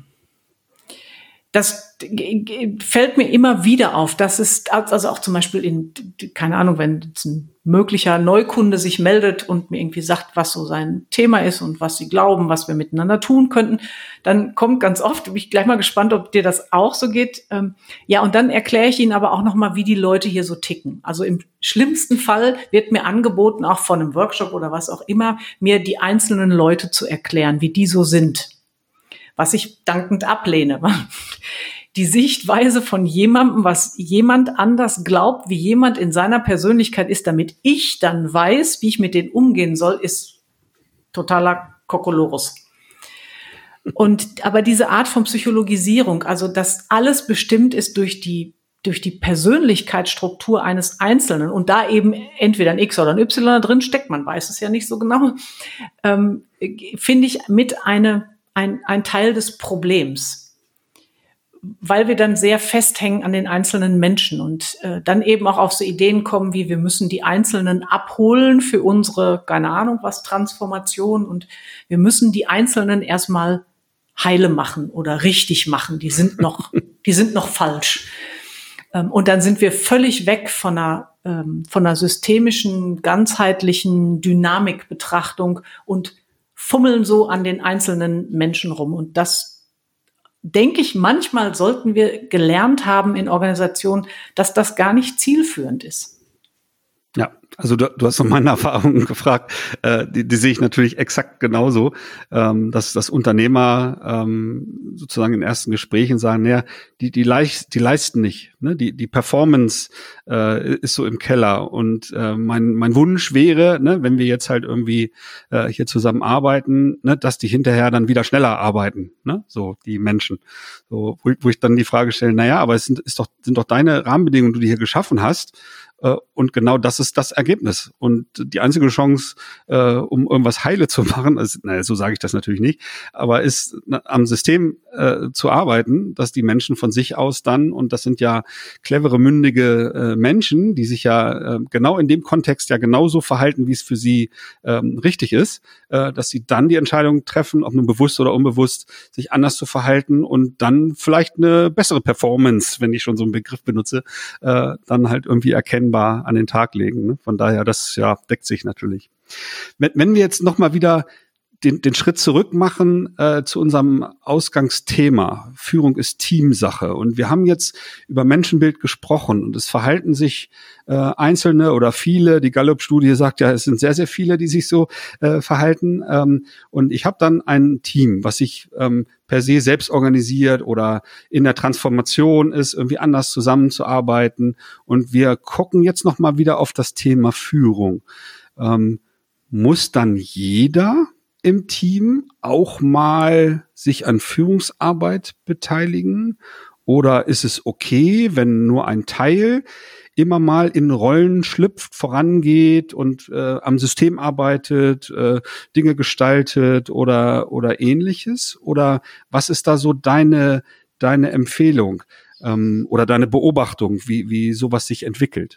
Das fällt mir immer wieder auf. Das ist also auch zum Beispiel keine Ahnung, wenn jetzt ein möglicher Neukunde sich meldet und mir irgendwie sagt, was so sein Thema ist und was sie glauben, was wir miteinander tun könnten, dann kommt ganz oft, bin ich gleich mal gespannt, ob dir das auch so geht. Und dann erkläre ich ihnen aber auch nochmal, wie die Leute hier so ticken. Also im schlimmsten Fall wird mir angeboten, auch von einem Workshop oder was auch immer, mir die einzelnen Leute zu erklären, wie die so sind. Was ich dankend ablehne. Die Sichtweise von jemandem, was jemand anders glaubt, wie jemand in seiner Persönlichkeit ist, damit ich dann weiß, wie ich mit denen umgehen soll, ist totaler Kokolores. Aber diese Art von Psychologisierung, also dass alles bestimmt ist durch die Persönlichkeitsstruktur eines Einzelnen und da eben entweder ein X oder ein Y drin steckt, man weiß es ja nicht so genau, finde ich mit ein Teil des Problems, weil wir dann sehr festhängen an den einzelnen Menschen und dann eben auch auf so Ideen kommen, wie wir müssen die Einzelnen abholen für unsere, keine Ahnung was, Transformation und wir müssen die Einzelnen erstmal heile machen oder richtig machen, die sind noch falsch. Und dann sind wir völlig weg von einer systemischen, ganzheitlichen Dynamikbetrachtung und fummeln so an den einzelnen Menschen rum. Und das, denke ich, manchmal sollten wir gelernt haben in Organisationen, dass das gar nicht zielführend ist. Ja, also du hast noch meine Erfahrungen gefragt, die sehe ich natürlich exakt genauso, dass Unternehmer sozusagen in ersten Gesprächen sagen, naja, die leisten nicht, ne? Die Performance ist so im Keller und mein Wunsch wäre, ne, wenn wir jetzt halt irgendwie hier zusammen arbeiten, ne, dass die hinterher dann wieder schneller arbeiten, ne, so die Menschen, so wo ich dann die Frage stelle, naja, aber es sind doch deine Rahmenbedingungen, die du hier geschaffen hast. Und genau das ist das Ergebnis. Und die einzige Chance, um irgendwas heile zu machen, also, so sage ich das natürlich nicht, aber ist am System zu arbeiten, dass die Menschen von sich aus dann, und das sind ja clevere, mündige Menschen, die sich ja genau in dem Kontext ja genauso verhalten, wie es für sie richtig ist, dass sie dann die Entscheidung treffen, ob nun bewusst oder unbewusst, sich anders zu verhalten und dann vielleicht eine bessere Performance, wenn ich schon so einen Begriff benutze, dann halt irgendwie erkennbar an den Tag legen. Ne? Von daher, das ja deckt sich natürlich. Wenn wir jetzt nochmal wieder den Schritt zurück machen zu unserem Ausgangsthema. Führung ist Teamsache. Und wir haben jetzt über Menschenbild gesprochen und es verhalten sich Einzelne oder viele. Die Gallup-Studie sagt ja, es sind sehr, sehr viele, die sich so verhalten. Und ich habe dann ein Team, was sich per se selbst organisiert oder in der Transformation ist, irgendwie anders zusammenzuarbeiten. Und wir gucken jetzt noch mal wieder auf das Thema Führung. Muss dann jeder im Team auch mal sich an Führungsarbeit beteiligen? Oder ist es okay, wenn nur ein Teil immer mal in Rollen schlüpft, vorangeht und am System arbeitet, Dinge gestaltet oder Ähnliches? Oder was ist da so deine Empfehlung oder deine Beobachtung, wie sowas sich entwickelt?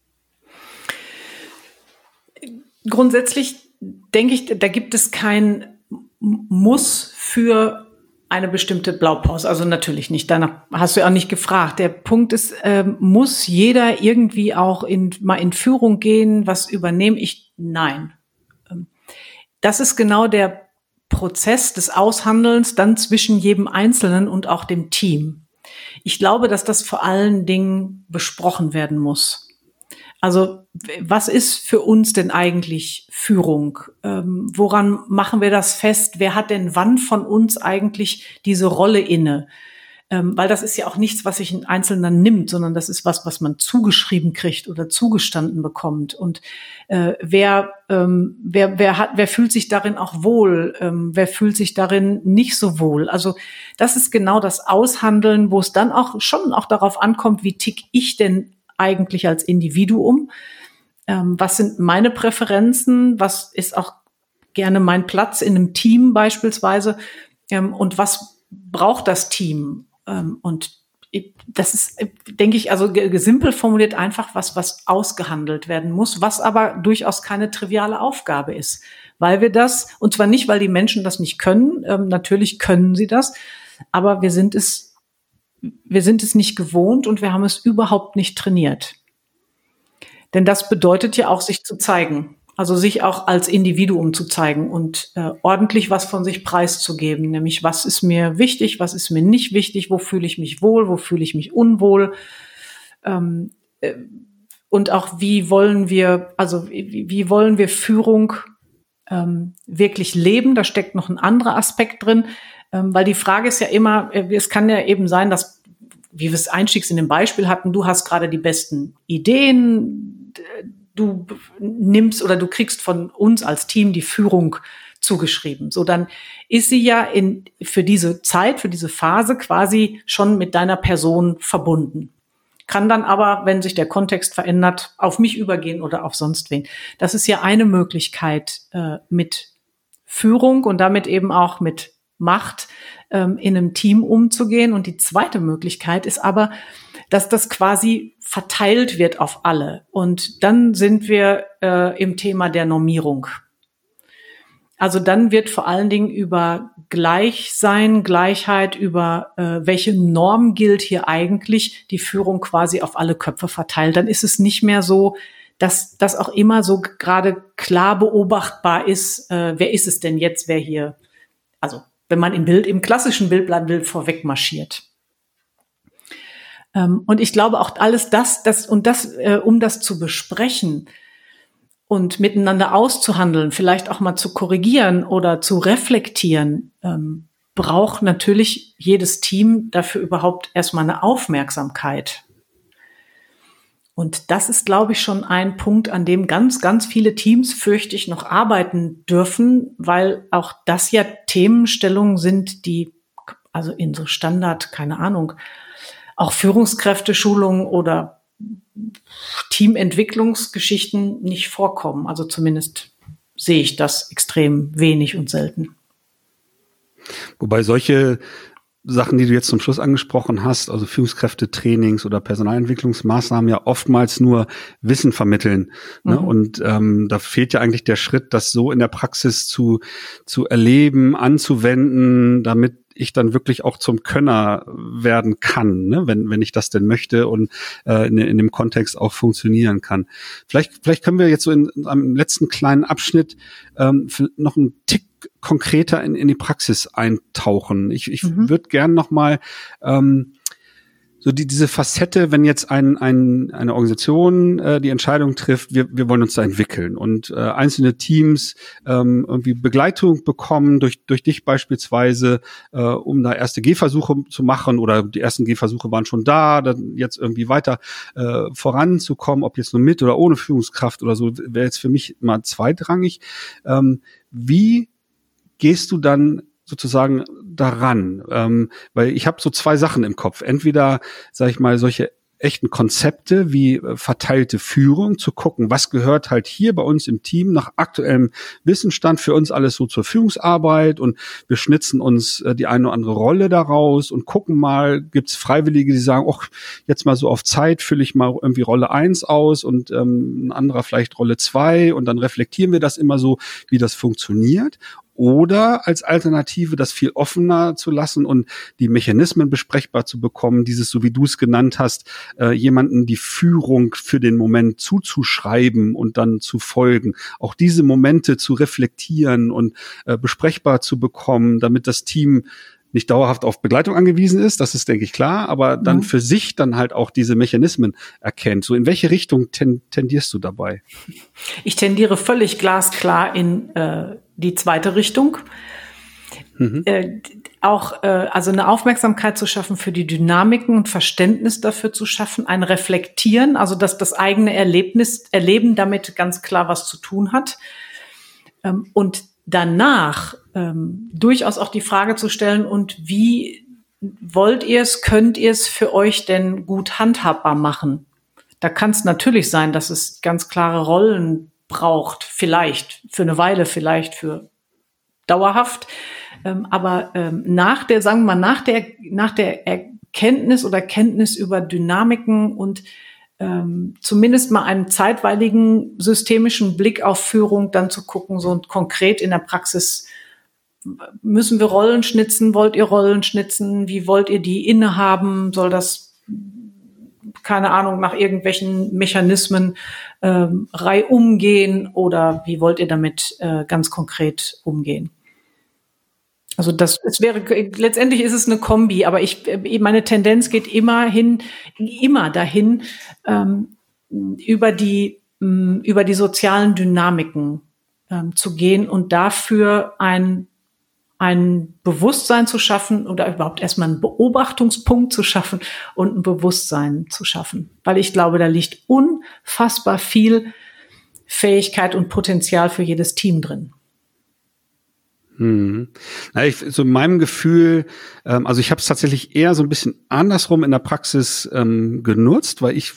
Grundsätzlich denke ich, da gibt es kein Muss für eine bestimmte Blaupause. Also natürlich nicht. Danach hast du ja auch nicht gefragt. Der Punkt ist, muss jeder irgendwie auch mal in Führung gehen, was übernehmen? Nein. Das ist genau der Prozess des Aushandelns dann zwischen jedem Einzelnen und auch dem Team. Ich glaube, dass das vor allen Dingen besprochen werden muss. Also was ist für uns denn eigentlich Führung? Woran machen wir das fest? Wer hat denn wann von uns eigentlich diese Rolle inne? Weil das ist ja auch nichts, was sich ein Einzelner nimmt, sondern das ist was man zugeschrieben kriegt oder zugestanden bekommt. Und wer fühlt sich darin auch wohl? Wer fühlt sich darin nicht so wohl? Also das ist genau das Aushandeln, wo es dann auch schon auch darauf ankommt, wie tick ich denn eigentlich als Individuum? Was sind meine Präferenzen? Was ist auch gerne mein Platz in einem Team beispielsweise? Und was braucht das Team? Und das ist, denke ich, also simpel formuliert einfach was ausgehandelt werden muss, was aber durchaus keine triviale Aufgabe ist. Weil wir das, und zwar nicht, weil die Menschen das nicht können, natürlich können sie das, aber wir sind es nicht gewohnt und wir haben es überhaupt nicht trainiert. Denn das bedeutet ja auch, sich zu zeigen. Also sich auch als Individuum zu zeigen und ordentlich was von sich preiszugeben. Nämlich, was ist mir wichtig, was ist mir nicht wichtig, wo fühle ich mich wohl, wo fühle ich mich unwohl. Und auch, wie wollen wir Führung wirklich leben? Da steckt noch ein anderer Aspekt drin. Weil die Frage ist ja immer, es kann ja eben sein, dass, wie wir es einstiegs in dem Beispiel hatten, du hast gerade die besten Ideen, du nimmst oder du kriegst von uns als Team die Führung zugeschrieben. So, dann ist sie ja für diese Zeit, für diese Phase quasi schon mit deiner Person verbunden. Kann dann aber, wenn sich der Kontext verändert, auf mich übergehen oder auf sonst wen. Das ist ja eine Möglichkeit, mit Führung und damit eben auch mit Macht in einem Team umzugehen. Und die zweite Möglichkeit ist aber, dass das quasi verteilt wird auf alle. Und dann sind wir im Thema der Normierung. Also dann wird vor allen Dingen über Gleichsein, Gleichheit, über welche Norm gilt hier eigentlich, die Führung quasi auf alle Köpfe verteilt. Dann ist es nicht mehr so, dass das auch immer so gerade klar beobachtbar ist, wer ist es denn jetzt, wer hier, also wenn man im klassischen Bild bleiben will, vorweg marschiert. Und ich glaube auch alles um das zu besprechen und miteinander auszuhandeln, vielleicht auch mal zu korrigieren oder zu reflektieren, braucht natürlich jedes Team dafür überhaupt erstmal eine Aufmerksamkeit. Und das ist, glaube ich, schon ein Punkt, an dem ganz, ganz viele Teams, fürchte ich, noch arbeiten dürfen, weil auch das ja Themenstellungen sind, die also in so Standard, keine Ahnung, auch Führungskräfteschulungen oder Teamentwicklungsgeschichten nicht vorkommen. Also zumindest sehe ich das extrem wenig und selten. Wobei solche Sachen, die du jetzt zum Schluss angesprochen hast, also Führungskräftetrainings oder Personalentwicklungsmaßnahmen ja oftmals nur Wissen vermitteln. Ne? Und da fehlt ja eigentlich der Schritt, das so in der Praxis zu erleben, anzuwenden, damit ich dann wirklich auch zum Könner werden kann, ne? wenn ich das denn möchte und in dem Kontext auch funktionieren kann. Vielleicht können wir jetzt so in einem letzten kleinen Abschnitt noch einen Tick konkreter in die Praxis eintauchen. Ich würde gern noch mal so diese Facette, wenn jetzt eine Organisation die Entscheidung trifft, wir wollen uns da entwickeln und einzelne Teams irgendwie Begleitung bekommen durch dich beispielsweise, um da erste Gehversuche zu machen oder die ersten Gehversuche waren schon da, dann jetzt irgendwie weiter voranzukommen, ob jetzt nur mit oder ohne Führungskraft oder so, wäre jetzt für mich mal zweitrangig. Wie gehst du dann sozusagen daran? Weil ich habe so zwei Sachen im Kopf. Entweder, sage ich mal, solche echten Konzepte wie verteilte Führung, zu gucken, was gehört halt hier bei uns im Team nach aktuellem Wissensstand für uns alles so zur Führungsarbeit und wir schnitzen uns die eine oder andere Rolle daraus und gucken mal, gibt's Freiwillige, die sagen, ach, jetzt mal so auf Zeit fülle ich mal irgendwie Rolle 1 aus und ein anderer vielleicht Rolle 2 und dann reflektieren wir das immer so, wie das funktioniert. Oder als Alternative das viel offener zu lassen und die Mechanismen besprechbar zu bekommen, dieses, so wie du es genannt hast, jemanden die Führung für den Moment zuzuschreiben und dann zu folgen. Auch diese Momente zu reflektieren und besprechbar zu bekommen, damit das Team nicht dauerhaft auf Begleitung angewiesen ist, das ist, denke ich, klar, aber dann für sich dann halt auch diese Mechanismen erkennt. So in welche Richtung tendierst du dabei? Ich tendiere völlig glasklar in die zweite Richtung. Also eine Aufmerksamkeit zu schaffen für die Dynamiken und Verständnis dafür zu schaffen, ein Reflektieren, also dass das eigene Erleben damit ganz klar was zu tun hat. Und danach durchaus auch die Frage zu stellen, und wie wollt ihr es, könnt ihr es für euch denn gut handhabbar machen? Da kann es natürlich sein, dass es ganz klare Rollen braucht, vielleicht für eine Weile, vielleicht für dauerhaft. Aber nach der Erkenntnis oder Kenntnis über Dynamiken und zumindest mal einen zeitweiligen systemischen Blick auf Führung dann zu gucken, so konkret in der Praxis, müssen wir Rollen schnitzen? Wollt ihr Rollen schnitzen? Wie wollt ihr die innehaben? Soll das, keine Ahnung, nach irgendwelchen Mechanismen reihum gehen? Oder wie wollt ihr damit ganz konkret umgehen? Also letztendlich ist es eine Kombi, aber meine Tendenz geht immer dahin, über die sozialen Dynamiken zu gehen und dafür ein Bewusstsein zu schaffen oder überhaupt erstmal einen Beobachtungspunkt zu schaffen und ein Bewusstsein zu schaffen. Weil ich glaube, da liegt unfassbar viel Fähigkeit und Potenzial für jedes Team drin. Na, so in meinem Gefühl, also ich habe es tatsächlich eher so ein bisschen andersrum in der Praxis genutzt, weil ich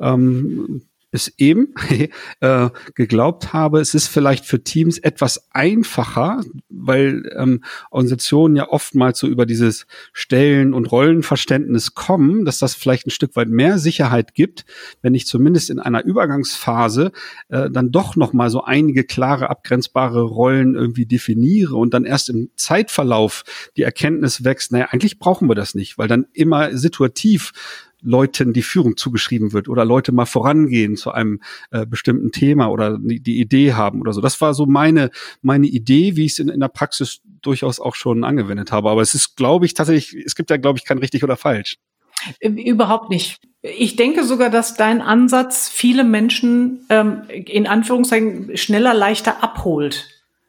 bis eben geglaubt habe, es ist vielleicht für Teams etwas einfacher, weil Organisationen ja oftmals so über dieses Stellen- und Rollenverständnis kommen, dass das vielleicht ein Stück weit mehr Sicherheit gibt, wenn ich zumindest in einer Übergangsphase dann doch noch mal so einige klare, abgrenzbare Rollen irgendwie definiere und dann erst im Zeitverlauf die Erkenntnis wächst, naja, eigentlich brauchen wir das nicht, weil dann immer situativ Leuten die Führung zugeschrieben wird oder Leute mal vorangehen zu einem bestimmten Thema oder die Idee haben oder so. Das war so meine Idee, wie ich es in der Praxis durchaus auch schon angewendet habe. Aber es ist, glaube ich, tatsächlich, es gibt ja, glaube ich, kein richtig oder falsch. Überhaupt nicht. Ich denke sogar, dass dein Ansatz viele Menschen in Anführungszeichen schneller, leichter abholt.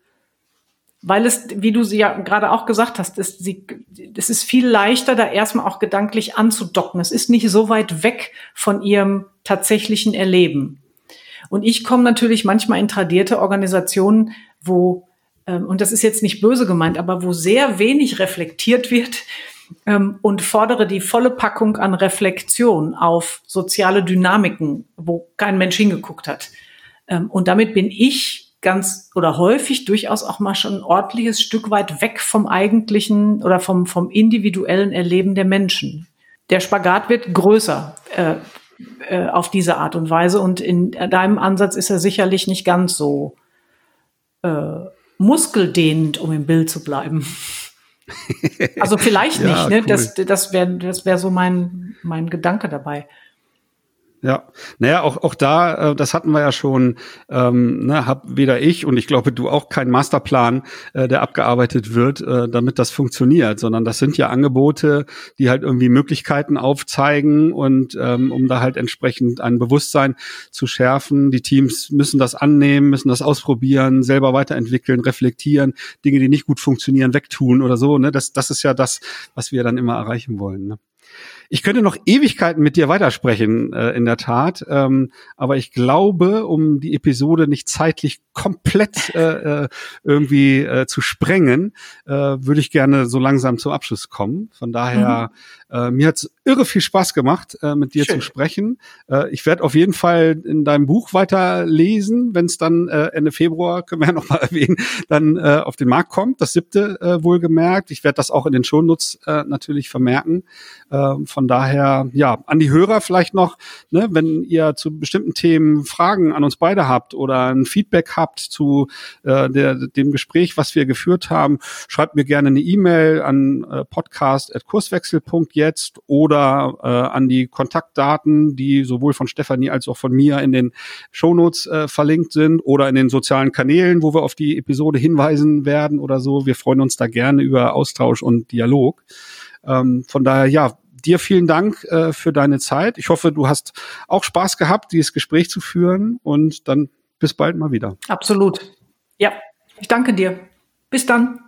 Weil es, wie du sie ja gerade auch gesagt hast, es ist viel leichter, da erstmal auch gedanklich anzudocken. Es ist nicht so weit weg von ihrem tatsächlichen Erleben. Und ich komme natürlich manchmal in tradierte Organisationen, wo, und das ist jetzt nicht böse gemeint, aber wo sehr wenig reflektiert wird und fordere die volle Packung an Reflexion auf soziale Dynamiken, wo kein Mensch hingeguckt hat. Und damit bin ich ganz oder häufig durchaus auch mal schon ein ordentliches Stück weit weg vom eigentlichen oder vom individuellen Erleben der Menschen. Der Spagat wird größer auf diese Art und Weise und in deinem Ansatz ist er sicherlich nicht ganz so muskeldehnend, um im Bild zu bleiben. Also vielleicht nicht, ne? Cool. Das wäre so mein Gedanke dabei. Ja, naja, auch da, das hatten wir ja schon, hab weder ich und ich glaube du auch keinen Masterplan, der abgearbeitet wird, damit das funktioniert, sondern das sind ja Angebote, die halt irgendwie Möglichkeiten aufzeigen und um da halt entsprechend ein Bewusstsein zu schärfen. Die Teams müssen das annehmen, müssen das ausprobieren, selber weiterentwickeln, reflektieren, Dinge, die nicht gut funktionieren, wegtun oder so, ne? Das ist ja das, was wir dann immer erreichen wollen, ne? Ich könnte noch Ewigkeiten mit dir weitersprechen, in der Tat. Aber ich glaube, um die Episode nicht zeitlich komplett irgendwie zu sprengen, würde ich gerne so langsam zum Abschluss kommen. Von daher, mir hat's irre viel Spaß gemacht, mit dir zu sprechen. Ich werde auf jeden Fall in deinem Buch weiterlesen, wenn es dann Ende Februar, können wir ja noch mal erwähnen, dann auf den Markt kommt. Das 7. Wohlgemerkt. Ich werde das auch in den Shownotes natürlich vermerken. Von daher, ja, an die Hörer vielleicht noch, ne, wenn ihr zu bestimmten Themen Fragen an uns beide habt oder ein Feedback habt zu dem Gespräch, was wir geführt haben, schreibt mir gerne eine E-Mail an podcast@kurswechsel.jetzt oder an die Kontaktdaten, die sowohl von Stefanie als auch von mir in den Shownotes verlinkt sind oder in den sozialen Kanälen, wo wir auf die Episode hinweisen werden oder so. Wir freuen uns da gerne über Austausch und Dialog. Von daher, ja, dir vielen Dank für deine Zeit. Ich hoffe, du hast auch Spaß gehabt, dieses Gespräch zu führen und dann bis bald mal wieder. Absolut. Ja, ich danke dir. Bis dann.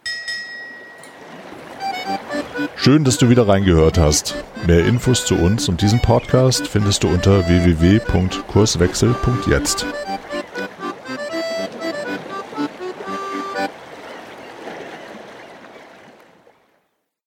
Schön, dass du wieder reingehört hast. Mehr Infos zu uns und diesem Podcast findest du unter www.kurswechsel.jetzt.